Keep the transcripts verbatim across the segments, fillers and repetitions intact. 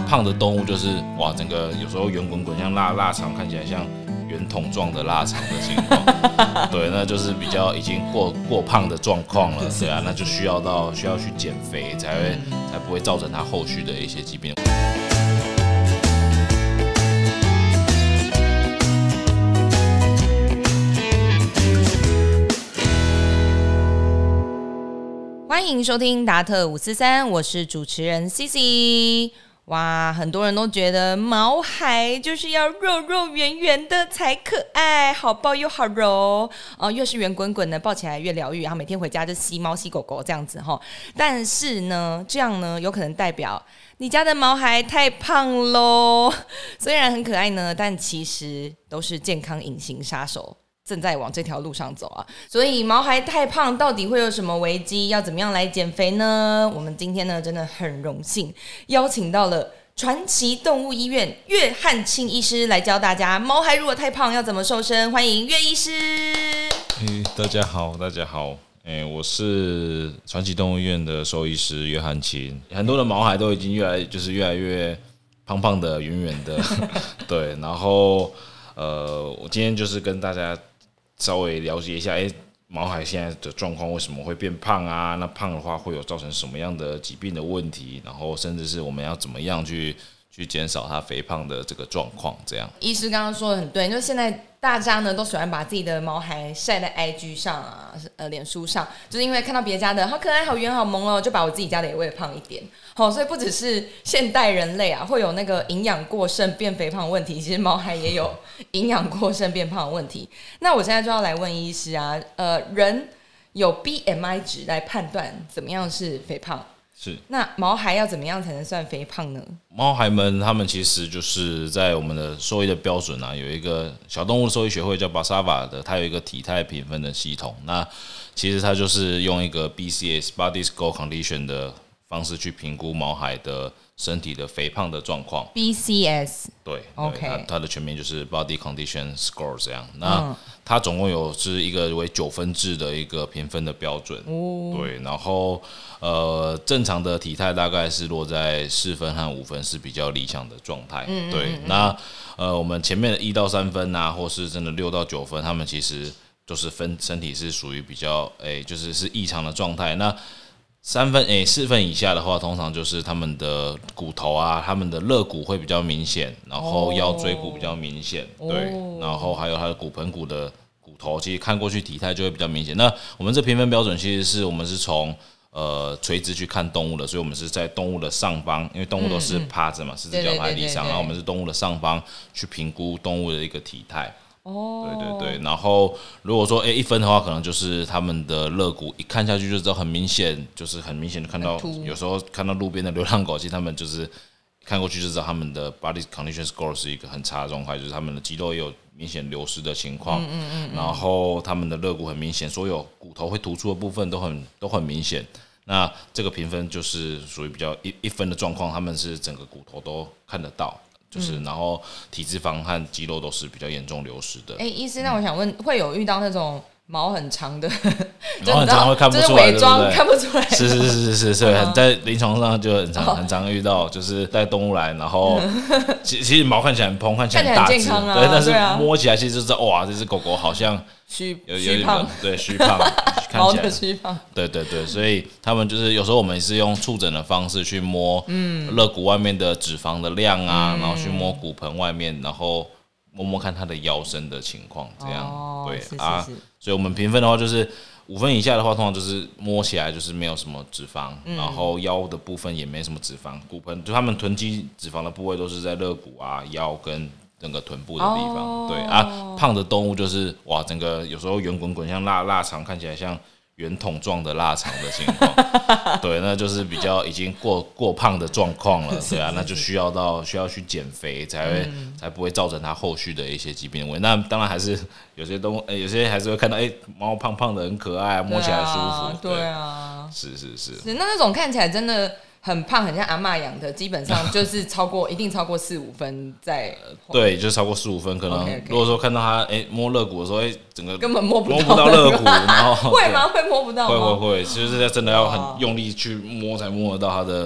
胖的动物就是哇，整个有时候圆滚滚，像腊腊肠看起来像圆筒状的腊肠的情况，对，那就是比较已经过过胖的状况了，对啊，那就需要到需要去减肥，才会才不会造成它后续的一些疾病。 欢迎收听达特五四三，我是主持人 C C。哇，很多人都觉得毛孩就是要肉肉圆圆的才可爱，好抱又好揉，呃，越是圆滚滚的，抱起来越疗愈，然后每天回家就吸猫吸狗狗这样子齁。但是呢，这样呢有可能代表你家的毛孩太胖咯，虽然很可爱呢，但其实都是健康隐形杀手。正在往这条路上走啊，所以毛孩太胖到底会有什么危机？要怎么样来减肥呢？我们今天呢真的很荣幸邀请到了传奇动物医院岳汉卿医师来教大家毛孩如果太胖要怎么瘦身。欢迎岳医师。 欸、大家好，大家好。欸、我是传奇动物医院的兽医师岳汉卿。很多的毛孩都已经越来就是越来越胖胖的、圆圆的，对。然后呃，我今天就是跟大家稍微了解一下，哎，毛孩现在的状况为什么会变胖啊？那胖的话会有造成什么样的疾病的问题？然后甚至是我们要怎么样去去减少它肥胖的这个状况？这样， 医师刚刚说的很对，就是现在大家呢都喜欢把自己的毛孩晒在 I G 上啊，呃，脸书上，就是因为看到别家的好可爱、好圆、好萌哦，就把我自己家的也喂胖一点。好、哦，所以不只是现代人类啊，会有那个营养过剩变肥胖的问题，其实毛孩也有营养过剩变胖的问题。那我现在就要来问医师啊，呃，人有 B M I 值来判断怎么样是肥胖， 是那毛孩要怎么样才能算肥胖呢？ 毛孩们他们其实就是在我们的兽医的标准啊，有一个小动物兽医学会叫 B A S A V A 的，它有一个体态评分的系统。那其实它就是用一个 B C S Body Score Condition 的方式去评估毛孩的身体的肥胖的状况。 B C S 对 ，OK， 它, 它的全名就是 Body Condition Score 这样。那它总共有是一个为九分制的一个评分的标准。哦、对，然后呃，正常的体态大概是落在四分和五分是比较理想的状态。嗯嗯嗯对，那呃，我们前面的一到三分啊，或是真的六到九分，他们其实就是分身体是属于比较诶、欸，就是是异常的状态。那三分诶，四分以下的话，通常就是他们的骨头啊，他们的肋骨会比较明显，然后腰椎骨比较明显，哦、对，然后还有他的骨盆骨的骨头，其实看过去体态就会比较明显。那我们这评分标准其实是我们是从呃垂直去看动物的，所以我们是在动物的上方，因为动物都是趴着嘛，四只脚趴在地上，然后我们是动物的上方去评估动物的一个体态。哦，对对对，然后如果说哎一分的话，可能就是他们的肋骨一看下去就知道很明显，就是很明显的看到，有时候看到路边的流浪狗，其实他们就是看过去就知道他们的 body condition score 是一个很差的状态，就是他们的肌肉也有明显流失的情况，嗯嗯嗯嗯然后他们的肋骨很明显，所有骨头会突出的部分都很都很明显。那这个评分就是属于比较一一分的状况，他们是整个骨头都看得到。就是，然后体脂肪和肌肉都是比较严重流失的。 哎、欸，医师，那我想问，会有遇到那种毛很长的， 毛很长会看不出来， 就是伪装看不出来。 是是是是是是，在临床上就很常很常遇到，就是带动物来，然后其其实毛看起来很蓬，看起来很大只， 啊、 对，但是摸起来其实就知道，哇，这只狗狗好像虚有虚胖， 对，虚胖。 毛的虚胖， 对对对，所以他们就是有时候我们是用触诊的方式去摸肋骨外面的脂肪的量啊，嗯、然后去摸骨盆外面，然后摸摸看它的腰身的情况，这样、哦、对是是是啊。所以我们评分的话，就是五分以下的话，通常就是摸起来就是没有什么脂肪，嗯、然后腰的部分也没什么脂肪，骨盆就他们囤积脂肪的部位都是在肋骨啊、腰跟整个臀部的地方，哦、对啊，胖的动物就是哇，整个有时候圆滚滚，像腊腊肠看起来像圆筒状的腊肠的情况，对，那就是比较已经过过胖的状况了，对啊，那就需要到需要去减肥，才会、嗯、才不会造成它后续的一些疾病的问题。那当然还是有些动物，欸、有些还是会看到，哎、欸，猫胖胖的很可爱，摸起来舒服， 对啊，对啊是是是， 是那那种看起来真的很胖，很像阿嬷养的，基本上就是超过一定超过四五分在。 对，就超过四五分，可能 okay, okay. 如果说看到他哎、欸、摸肋骨的时候，哎、欸、整个根本摸不到摸不到肋骨，然后会吗？会摸不到吗？ 会会会，就是真的要很用力去摸才摸得到他的他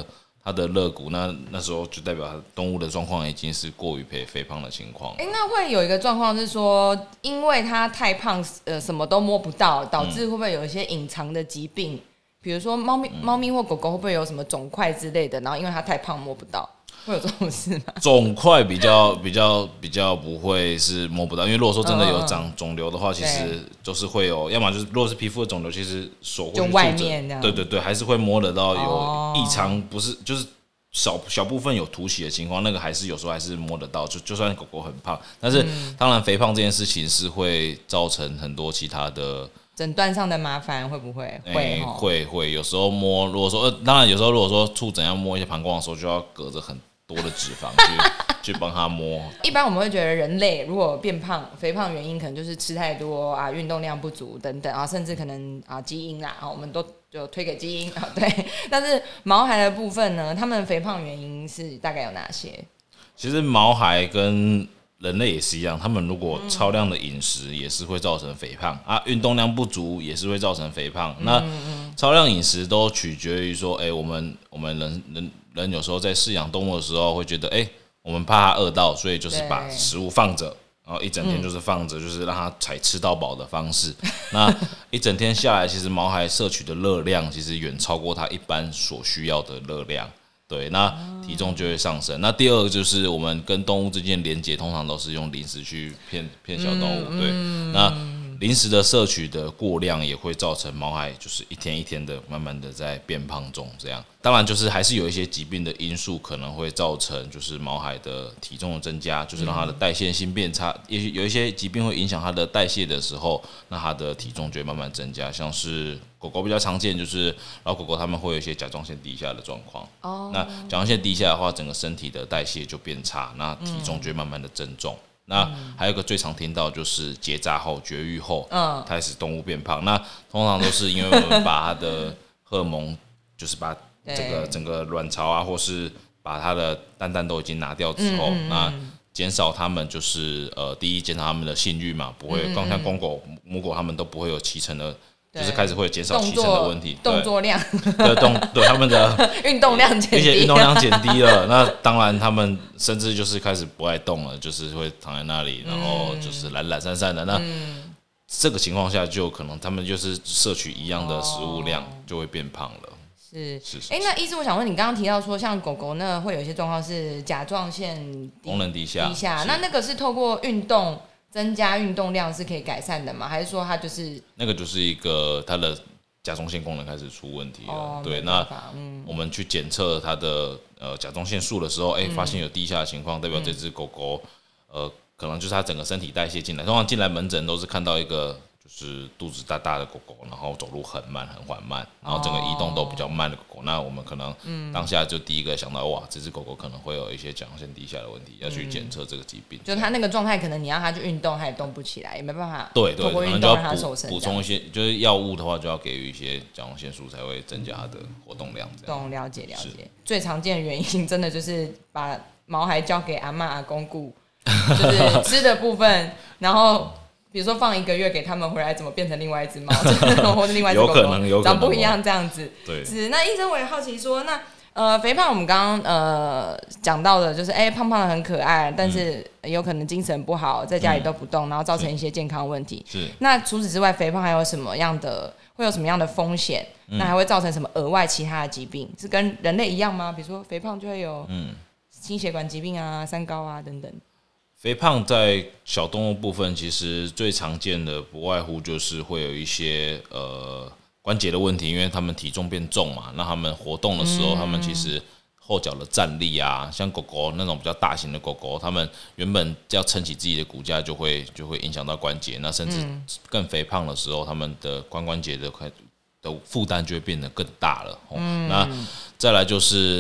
它的肋骨，那那时候就代表它动物的状况已经是过于肥肥胖的情况。 哎、欸，那会有一个状况是说，因为它太胖，呃，什么都摸不到，导致会不会有一些隐藏的疾病？嗯、比如说猫咪、猫咪或狗狗会不会有什么肿块之类的？然后因为它太胖摸不到，会有这种事吗？ 肿块比较比较比较不会是摸不到，因为如果说真的有长肿瘤的话，嗯、其实就是会有，要么就是如果是皮肤的肿瘤，其实手过去就外面这样， 对对对，还是会摸得到有异常，不是就是小小部分有凸起的情况，那个还是有时候还是摸得到，就就算狗狗很胖，但是、嗯、当然肥胖这件事情是会造成很多其他的。 诊断上的麻烦会不会？会、欸、 会会，有时候摸，如果说呃，当然有时候如果说触诊要摸一些膀胱的时候，就要隔着很多的脂肪去去帮他摸。 一般我们会觉得人类如果变胖、肥胖的原因可能就是吃太多啊、运动量不足等等啊，甚至可能啊基因啦，我们都就推给基因啊。对，但是毛孩的部分呢，他们肥胖原因是大概有哪些？ 其实毛孩跟人类也是一样，他们如果超量的饮食也是会造成肥胖、嗯、啊，运动量不足也是会造成肥胖。嗯、那超量饮食都取决于说，哎、欸，我们我们人人人有时候在饲养动物的时候会觉得，哎、欸，我们怕它饿到，所以就是把食物放着，然后一整天就是放着，就是让它采吃到饱的方式。嗯、那一整天下来，其实毛孩摄取的热量其实远超过它一般所需要的热量。对，那体重就会上升。那第二个就是我们跟动物之间的连结，通常都是用零食去骗骗小动物。对，那零食的摄取的过量也会造成毛孩就是一天一天的慢慢的在变胖中。这样，当然就是还是有一些疾病的因素可能会造成就是毛孩的体重的增加，就是让它的代谢性变差。也许有一些疾病会影响它的代谢的时候，那它的体重就会慢慢增加。像是狗狗比较常见，就是老狗狗它们会有一些甲状腺低下的状况。哦，那甲状腺低下的话，整个身体的代谢就变差，那体重就会慢慢的增重。嗯，那还有一个最常听到就是结扎后、绝育后，嗯，开始动物变胖。那通常都是因为我们把它的荷尔蒙，就是把这个整个卵巢啊，或是把它的蛋蛋都已经拿掉之后，嗯嗯嗯，那减少它们就是呃，第一减少它们的性欲嘛，不会光像公狗、母狗它们都不会有脐橙的。就是开始会减少脐橙的问题， 动作量对动对他们的运动量减低， 而且运动量减低了，那当然他们甚至就是开始不爱动了，就是会躺在那里，然后就是懒懒散散的。那、嗯、这个情况下，就可能他们就是摄取一样的食物量，就会变胖了。 是是是。哎、欸，那医师，我想问你，刚刚提到说，像狗狗呢，会有一些状况是甲状腺功能低下， 低下，那那个是透过运动。增加运动量是可以改善的吗？还是说它就是那个就是一个它的甲状腺功能开始出问题了？哦、对，那、嗯、我们去检测它的呃甲状腺素的时候，哎、欸，发现有低下的情况，代表这只狗狗呃可能就是它整个身体代谢进来。通常进来门诊都是看到一个就是肚子大大的狗狗，然后走路很慢很缓慢，然后整个移动都比较慢的狗狗。哦、那我们可能当下就第一个想到，哇，这只狗狗可能会有一些甲状腺低下的问题，要去检测这个疾病。 就它那个状态，可能你让它去运动，它也动不起来，也没办法。 对对， 透过运动让它瘦身。 补充一些，就是药物的话，就要给予一些甲状腺素，才会增加它的活动量。这样。 懂，了解了解。最常见的原因，真的就是把毛孩交给阿嬷阿公顾，就是吃的部分，然后。比如说放一个月给他们回来，怎么变成另外一只猫，或者另外一只狗狗， 有可能有可能长不一样这样子。 对， 是。那医生我也好奇说，那呃肥胖我们刚刚呃讲到的，就是哎、欸、胖胖的很可爱，但是有可能精神不好，在家里都不动，嗯、然后造成一些健康问题。 是。 那除此之外，肥胖还有什么样的会有什么样的风险？嗯、那还会造成什么额外其他的疾病？是跟人类一样吗？比如说肥胖就会有嗯心血管疾病啊、三高啊等等。 肥胖在小动物部分，其实最常见的不外乎就是会有一些呃关节的问题，因为他们体重变重嘛，那他们活动的时候，嗯、他们其实后脚的站立啊，像狗狗那种比较大型的狗狗，他们原本要撑起自己的骨架，就会就会影响到关节，那甚至更肥胖的时候，他们的髋关节的的负担就会变得更大了。哦嗯、那再来就是，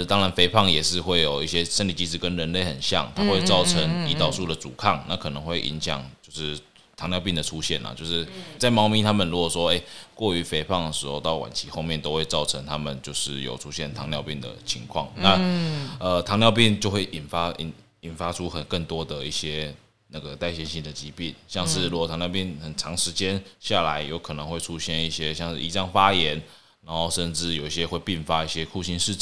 当然肥胖也是会有一些生理机制跟人类很像，它会造成胰岛素的阻抗，那可能会影响就是糖尿病的出现啦。就是在猫咪它们如果说哎、欸、过于肥胖的时候，到晚期后面都会造成它们就是有出现糖尿病的情况。那呃糖尿病就会引发引引发出很更多的一些。那个代谢性的疾病，像是如果糖尿病很长时间下来，有可能会出现一些像是胰脏发炎，然后甚至有一些会并发一些库欣氏症。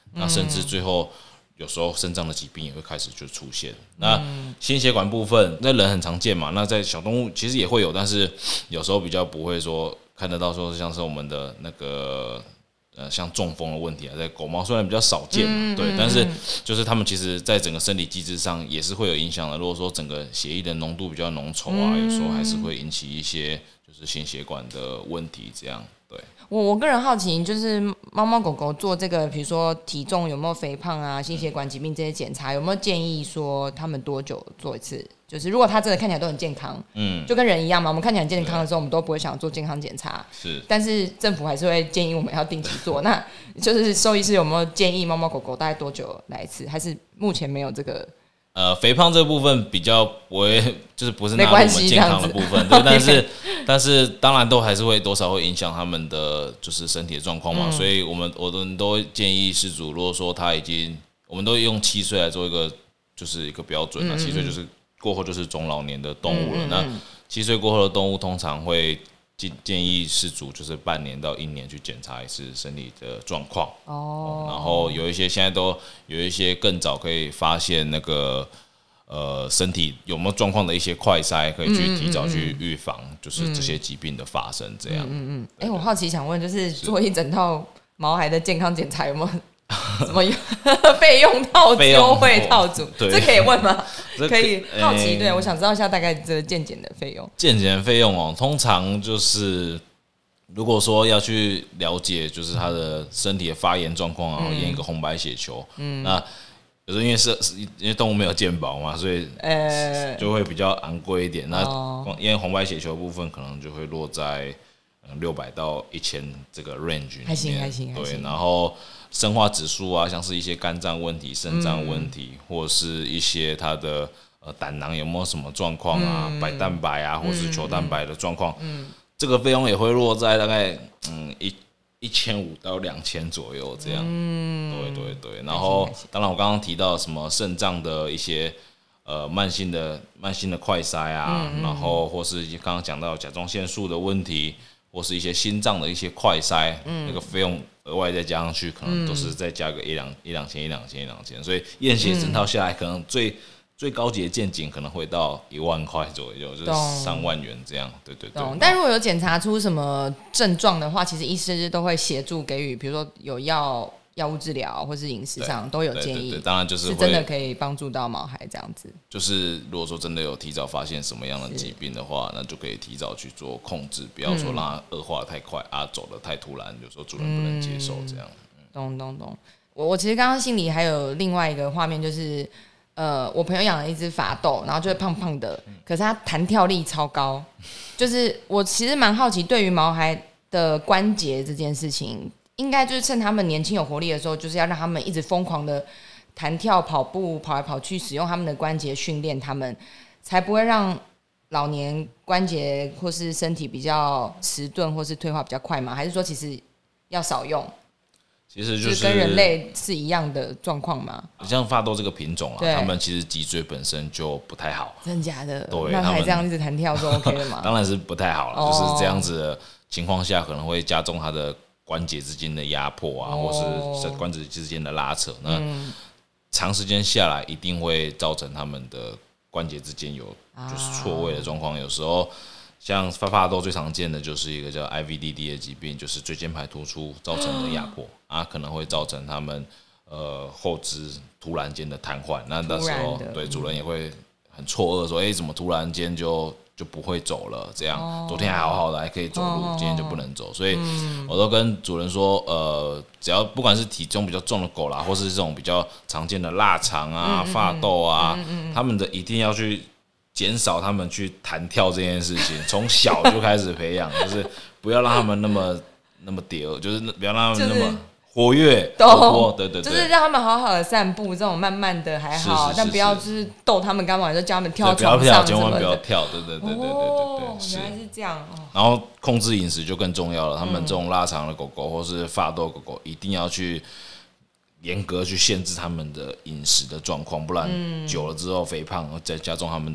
那甚至最后有时候肾脏的疾病也会开始就出现。那心血管部分，那人很常见嘛，那在小动物其实也会有，但是有时候比较不会说看得到，说像是我们的那个。呃，像中风的问题啊，在狗猫虽然比较少见、啊嗯，对、嗯，但是就是它们其实在整个生理机制上也是会有影响的。如果说整个血液的浓度比较浓稠啊、嗯，有时候还是会引起一些就是心血管的问题，这样对。 我我个人好奇，就是猫猫狗狗做这个，比如说体重有没有肥胖啊、心血管疾病这些检查，有没有建议说他们多久做一次？就是如果他真的看起来都很健康，嗯，就跟人一样嘛，我们看起来很健康的时候，我们都不会想做健康检查， 是， 但是政府还是会建议我们要定期做。那就是兽医师有没有建议猫猫狗狗大概多久来一次？还是目前没有这个？ 呃，肥胖这个部分比较不会，就是不是纳入我们健康的部分，对，但是但是当然都还是会多少会影响他们的就是身体的状况嘛，嗯、所以我们我们都建议饲主，如果说他已经，我们都用七岁来做一个就是一个标准了，七岁就是过后就是中老年的动物了，嗯嗯嗯那七岁过后的动物通常会。建议饲主就是半年到一年去检查一次身体的状况哦，然后有一些现在都有一些更早可以发现那个呃身体有没有状况的一些快筛，可以去提早去预防，就是这些疾病的发生。这样，嗯嗯， 哎、欸，我好奇想问，就是做一整套毛孩的健康检查有没有？什么费用套优惠套组？这可以问吗？可以好奇、欸，对我想知道一下大概这个健检的费用。 健检的费用哦，通常就是如果说要去了解，就是他的身体的发炎状况，然后验一个红白血球，嗯，那有时候因为是因为动物没有健保嘛，所以呃就会比较昂贵一点。哦、那因为红白血球的部分可能就会落在六百到一千这个 range 里面， 还行还行， 对，然后。生化指数啊，像是一些肝脏问题、肾脏问题，嗯、或者是一些它的呃胆囊有没有什么状况啊，嗯、白蛋白啊，或是球蛋白的状况，嗯，这个费用也会落在大概嗯一一千五到两千左右这样，嗯，对对对。然后，当然我刚刚提到什么肾脏的一些呃慢性的慢性的快筛啊，嗯、然后或是刚刚讲到甲状腺素的问题，或是一些心脏的一些快筛，嗯、那个费用。额外再加上去，可能都是再加个一两一两千、一两千、一两千，所以验血整套下来，可能最、嗯、最高级的健检可能会到一万块左右，就是三万元这样。对对对。 但如果有检查出什么症状的话，其实医师都会协助给予，比如说有药药物治疗，或是饮食上都有建议。对对对， 当然就是是真的可以帮助到毛孩这样子。 就是如果说真的有提早发现什么样的疾病的话，那就可以提早去做控制，不要说让它恶化太快、嗯、啊，走得太突然，有时候主人不能接受这样。嗯、 懂懂懂。我我其实刚刚心里还有另外一个画面，就是呃，我朋友养了一只法斗，然后就会胖胖的，可是它弹跳力超高。就是我其实蛮好奇，对于毛孩的关节这件事情。应该就是趁他们年轻有活力的时候，就是要让他们一直疯狂的弹跳、跑步、跑来跑去，使用他们的关节训练他们，才不会让老年关节或是身体比较迟钝或是退化比较快吗？还是说其实要少用？ 其实就是跟人类是一样的状况吗？ 像法斗这个品种啊，他们其实脊椎本身就不太好。 真假的？ 对， 那还这样一直弹跳就 OK 了吗？ 当然是不太好了，哦、就是这样子的情况下，可能会加重它的。关节之间的压迫啊，或是关节之间的拉扯，那长时间下来一定会造成他们的关节之间有就是错位的状况。有时候像发发豆最常见的就是一个叫 I V D D 的疾病，就是椎间盘突出造成的压迫啊，可能会造成他们呃后肢突然间的瘫痪。那那时候对主人也会很错愕说，哎、欸，怎么突然间就就不会走了，这样、哦、昨天还好好的还可以走路、哦，今天就不能走，所以我都跟主人说，呃，只要不管是体重比较重的狗啦，或是这种比较常见的腊肠啊、嗯、法斗啊、嗯嗯嗯，他们的一定要去减少他们去弹跳这件事情，从小就开始培养，就是不要让他们那么那么嗲，就是不要让他们那么。就是活跃，活对对对， 就是让他们好好的散步，这种慢慢的还好，是是是是但不要就是逗他们干嘛，就叫他们跳床上什么的，千万不要跳，对对对对对对对，哦、原来是这样、哦。 然后控制饮食就更重要了，他们这种腊肠的狗狗或是法斗狗狗，一定要去严格去限制他们的饮食的状况，不然久了之后肥胖，再加重他们的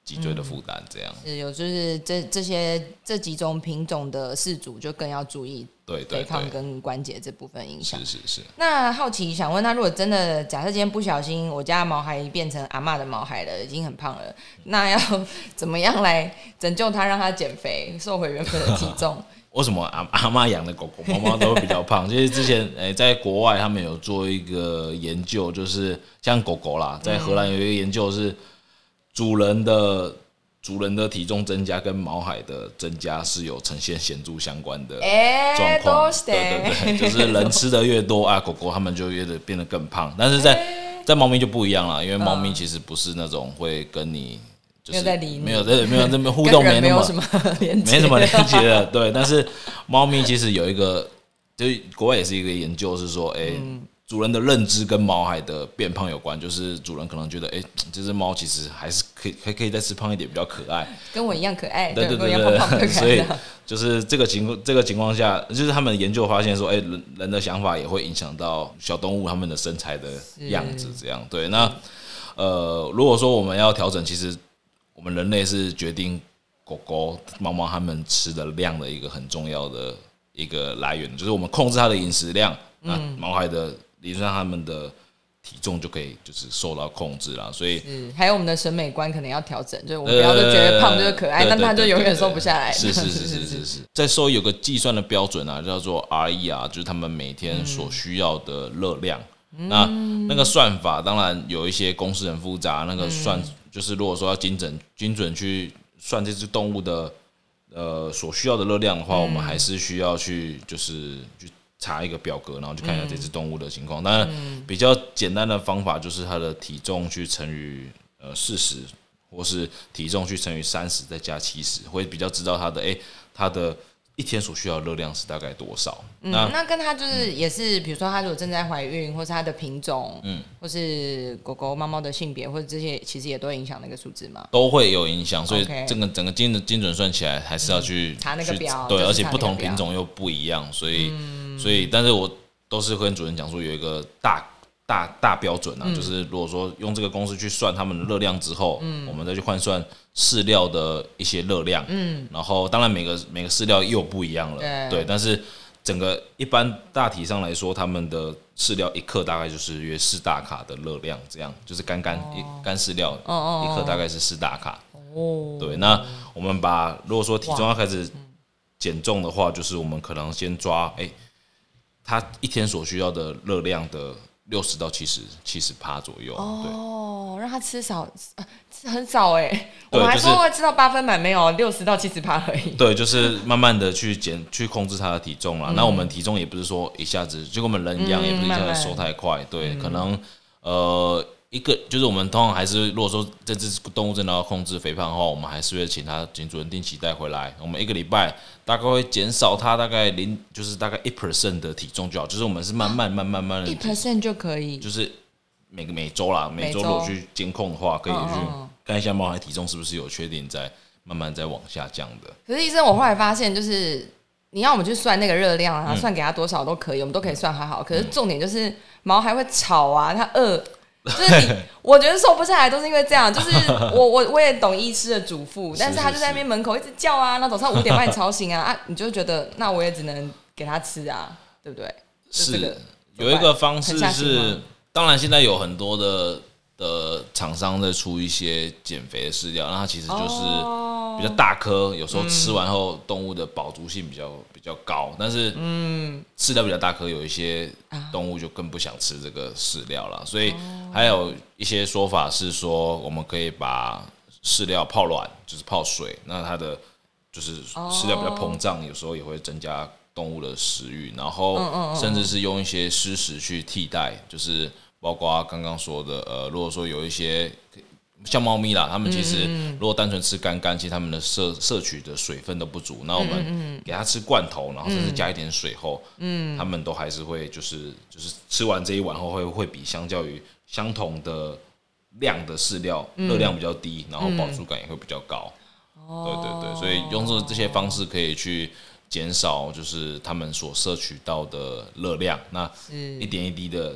脊椎的负担，这样、 嗯、是有就是这这些这几种品种的饲主就更要注意对对肥胖跟关节这部分影响。 是是是。 那好奇想问，那如果真的假设今天不小心我家的毛孩变成阿嬷的毛孩了，已经很胖了，那要怎么样来拯救它，让它减肥，瘦回原本的体重？ 为什么阿阿妈养的狗狗、猫猫都会比较胖？其实之前诶、欸，在国外他们有做一个研究，就是像狗狗啦，在荷兰有一个研究是主人的主人的体重增加跟毛孩的增加是有呈现显著相关的状况。欸、对对对，就是人吃的越多啊，狗狗他们就越的变得更胖。但是在、欸、在猫咪就不一样了，因为猫咪其实不是那种会跟你。就是、没有在理你，没有在没有这么互动，没那么没有什么连接， 没什么连接的。对，但是猫咪其实有一个，就是国外也是一个研究，是说，哎、欸嗯，主人的认知跟毛孩的变胖有关。就是主人可能觉得，哎、欸，这只猫其实还是可以，还可以再吃胖一点，比较可爱， 跟我一样可爱。 对对对对对。所以就是这个情况，这个情况下，就是他们研究发现说，哎、欸，人人的想法也会影响到小动物它们的身材的样子，这样对。那呃，如果说我们要调整，其实。我们人类是决定狗狗、猫猫它们吃的量的一个很重要的一个来源，就是我们控制它的饮食量，那、嗯、毛孩的理论上它们的体重就可以就是受到控制啦。所以还有我们的审美观可能要调整，就是我们不要就觉得胖就是可爱，呃、但它就永远瘦不下来。 是是是是是是，在兽医有个计算的标准啊，叫做 R E R， 就是他们每天所需要的热量。嗯、那那个算法当然有一些公式很复杂，那个算。嗯就是如果说要精准精准去算这只动物的呃所需要的热量的话，嗯、我们还是需要去就是去查一个表格，然后去看一下这只动物的情况。当然，比较简单的方法就是它的体重去乘以呃四十，或是体重去乘以三十再加七十，会比较知道它的哎、欸、它的。一天所需要的热量是大概多少？ 嗯，那, 那跟它就是也是，比如说它如果正在怀孕，或是它的品种，嗯，或是狗狗、猫猫的性别，或者这些，其实也都会影响那个数字嘛？ 都会有影响，所以整个整个精精准算起来，还是要去、嗯、 查那个表。 对， 而且不同品种又不一样，所以、嗯、所以，但是我都是跟主人讲说，有一个大。大大标准啊、嗯，就是如果说用这个公式去算它们的热量之后，嗯，我们再去换算饲料的一些热量，嗯，然后当然每个每个饲料又不一样了， 对, 对，但是整个一般大体上来说，他们的饲料一克大概就是约四大卡的热量，这样就是干干哦干饲料一克大概是四大卡，哦，对，那我们把如果说体重要开始减重的话，就是我们可能先抓，哎、欸，它一天所需要的热量的。六十到七十七十趴左右哦，让他吃少，吃很少哎、欸。我们还说会吃到八分满，没有六十到七十趴而已。 对，就是慢慢的去减，去控制他的体重啦、嗯。那我们体重也不是说一下子就跟我们人一样，嗯、也不是一下子瘦太快。对，嗯、可能呃一个就是我们通常还是如果说这只动物真的要控制肥胖的话，我们还是会请他请主人定期带回来。我们一个礼拜大概会减少它大概零，就是大概一 percent 的体重就好。就是我们是慢慢慢慢慢慢一 percent 就可以， 就是每个每周啦，每周如果去监控的话，可以去看一下猫孩体重是不是有确定在慢慢在往下降的。 可是医生，我后来发现就是。你要我们去算那个热量啊，算给他多少都可以，我们都可以算还好。可是重点就是毛还会吵啊，它饿，就是你，我觉得瘦不下来都是因为这样。就是我我我也懂医师的嘱咐，但是他就在那边门口一直叫啊，那早上五点把你吵醒啊啊，你就觉得那我也只能给他吃啊，对不对？ 是有一个方式是，当然现在有很多的的厂商在出一些减肥的饲料，那它其实就是。哦比较大颗，有时候吃完后动物的饱足性比较比较高，但是饲料比较大颗，有一些动物就更不想吃这个饲料了。所以还有一些说法是说，我们可以把饲料泡软，就是泡水，那它的就是饲料比较膨胀，有时候也会增加动物的食欲，然后甚至是用一些湿食去替代，就是包括刚刚说的，呃，如果说有一些。像猫咪啦，它们其实如果单纯吃干干，其实它们的摄摄取的水分都不足。那我们给它吃罐头，然后甚至加一点水后，嗯，它们都还是会就是就是吃完这一碗后会会比相较于相同的量的饲料热量比较低，然后饱足感也会比较高。对对对，所以用这这些方式可以去减少就是它们所摄取到的热量，那一点一滴的。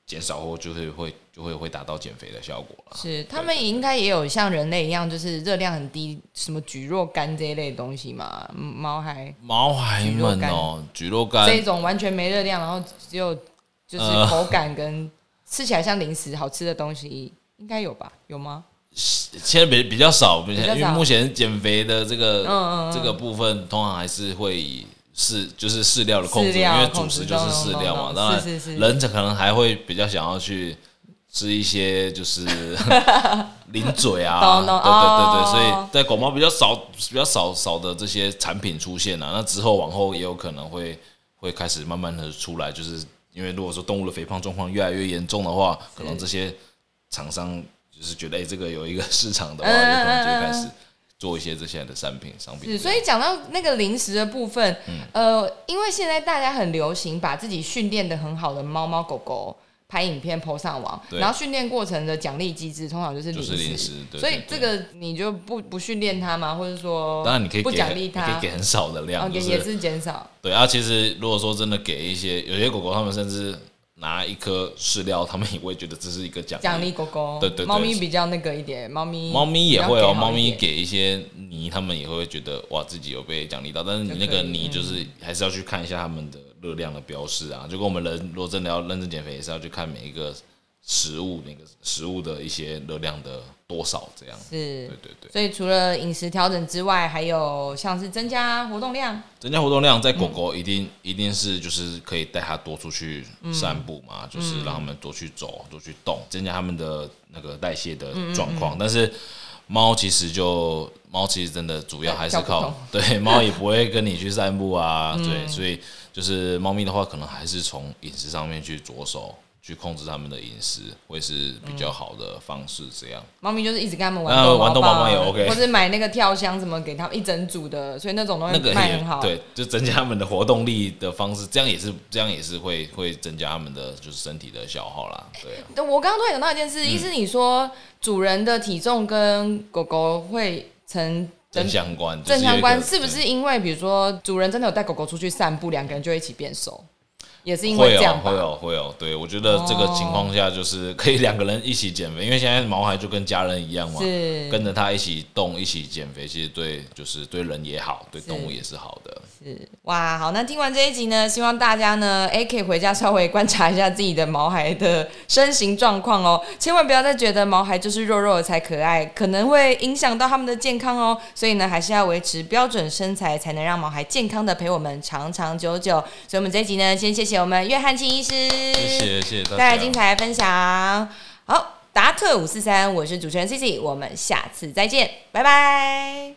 减少后就会会就会会达到减肥的效果了。 是，他们应该也有像人类一样，就是热量很低，什么蒟蒻干这一类的东西嘛。毛孩毛孩们哦，蒟蒻干这种完全没热量，然后只有就是口感跟吃起来像零食好吃的东西，应该有吧？有吗？ 现在比比较少， 比较少， 因为目前减肥的这个嗯嗯嗯这个部分，通常还是会以饲就是饲料的控制，因为主食就是饲料嘛。当然， 是是是人可能还会比较想要去吃一些就是零嘴啊， 懂懂对对对对， 哦所以在狗猫比较少比较少少的这些产品出现啊，那之后往后也有可能会会开始慢慢的出来，就是因为如果说动物的肥胖状况越来越严重的话，可能这些厂商就是觉得哎、欸，这个有一个市场的话，有可能就会开始做一些这些的产品商品。 是，所以讲到那个零食的部分，嗯、呃，因为现在大家很流行把自己训练的很好的猫猫狗狗拍影片 po 上网，然后训练过程的奖励机制通常就是零食， 就是零食对对对， 所以这个你就不不训练它吗？或者说， 当然你可以不奖励它， 你可以给很少的量， 哦就是、 也是减少。 对啊，其实如果说真的给一些有些狗狗，他们甚至拿一颗饲料，他们也会觉得这是一个奖励。 奖励狗狗， 对对对， 猫咪比较那个一点，猫咪猫咪也会哦，猫咪给一些泥，他们也会觉得哇自己有被奖励到，但是你那个泥就是还是要去看一下他们的热量的标示啊，就跟我们人如果真的要认真减肥，也是要去看每一个食物那个食物的一些热量的多少这样。 是， 对对对。 所以除了饮食调整之外，还有像是增加活动量。 增加活动量，在狗狗一定、嗯、一定是就是可以带它多出去散步嘛，嗯、就是让他们多去走、多去动，增加他们的那个代谢的状况。嗯嗯嗯但是猫其实就猫其实真的主要还是靠对猫也不会跟你去散步啊，嗯、对，所以就是猫咪的话，可能还是从饮食上面去着手。去控制他们的饮食会是比较好的方式，这样。 猫咪就是一直跟他们玩逗玩逗猫猫也 OK， 或者买那个跳箱什么给他们一整组的，所以那种东西卖很好。 那个、对，就增加他们的活动力的方式，这样也是这样也是会会增加他们的就是身体的消耗啦。对、啊， 我刚刚突然想到一件事，意思、嗯、你说主人的体重跟狗狗会成正相关， 正相关是不是因为比如说主人真的有带狗狗出去散步，两个人就一起变瘦？也是因为这样吧， 会有会有，对，我觉得这个情况下就是可以两个人一起减肥，因为现在毛孩就跟家人一样嘛，跟着他一起动，一起减肥，其实对就是对人也好，对动物也是好的。 是哇，好，那听完这一集呢，希望大家呢，哎，可以回家稍微观察一下自己的毛孩的身形状况哦，千万不要再觉得毛孩就是肉肉的才可爱，可能会影响到他们的健康哦。所以呢，还是要维持标准身材，才能让毛孩健康的陪我们长长久久。所以，我们这一集呢，先谢谢我们约翰庆医师， 谢谢谢谢大家， 带来精彩的分享。好，达特五四三，我是主持人 C C， 我们下次再见，拜拜。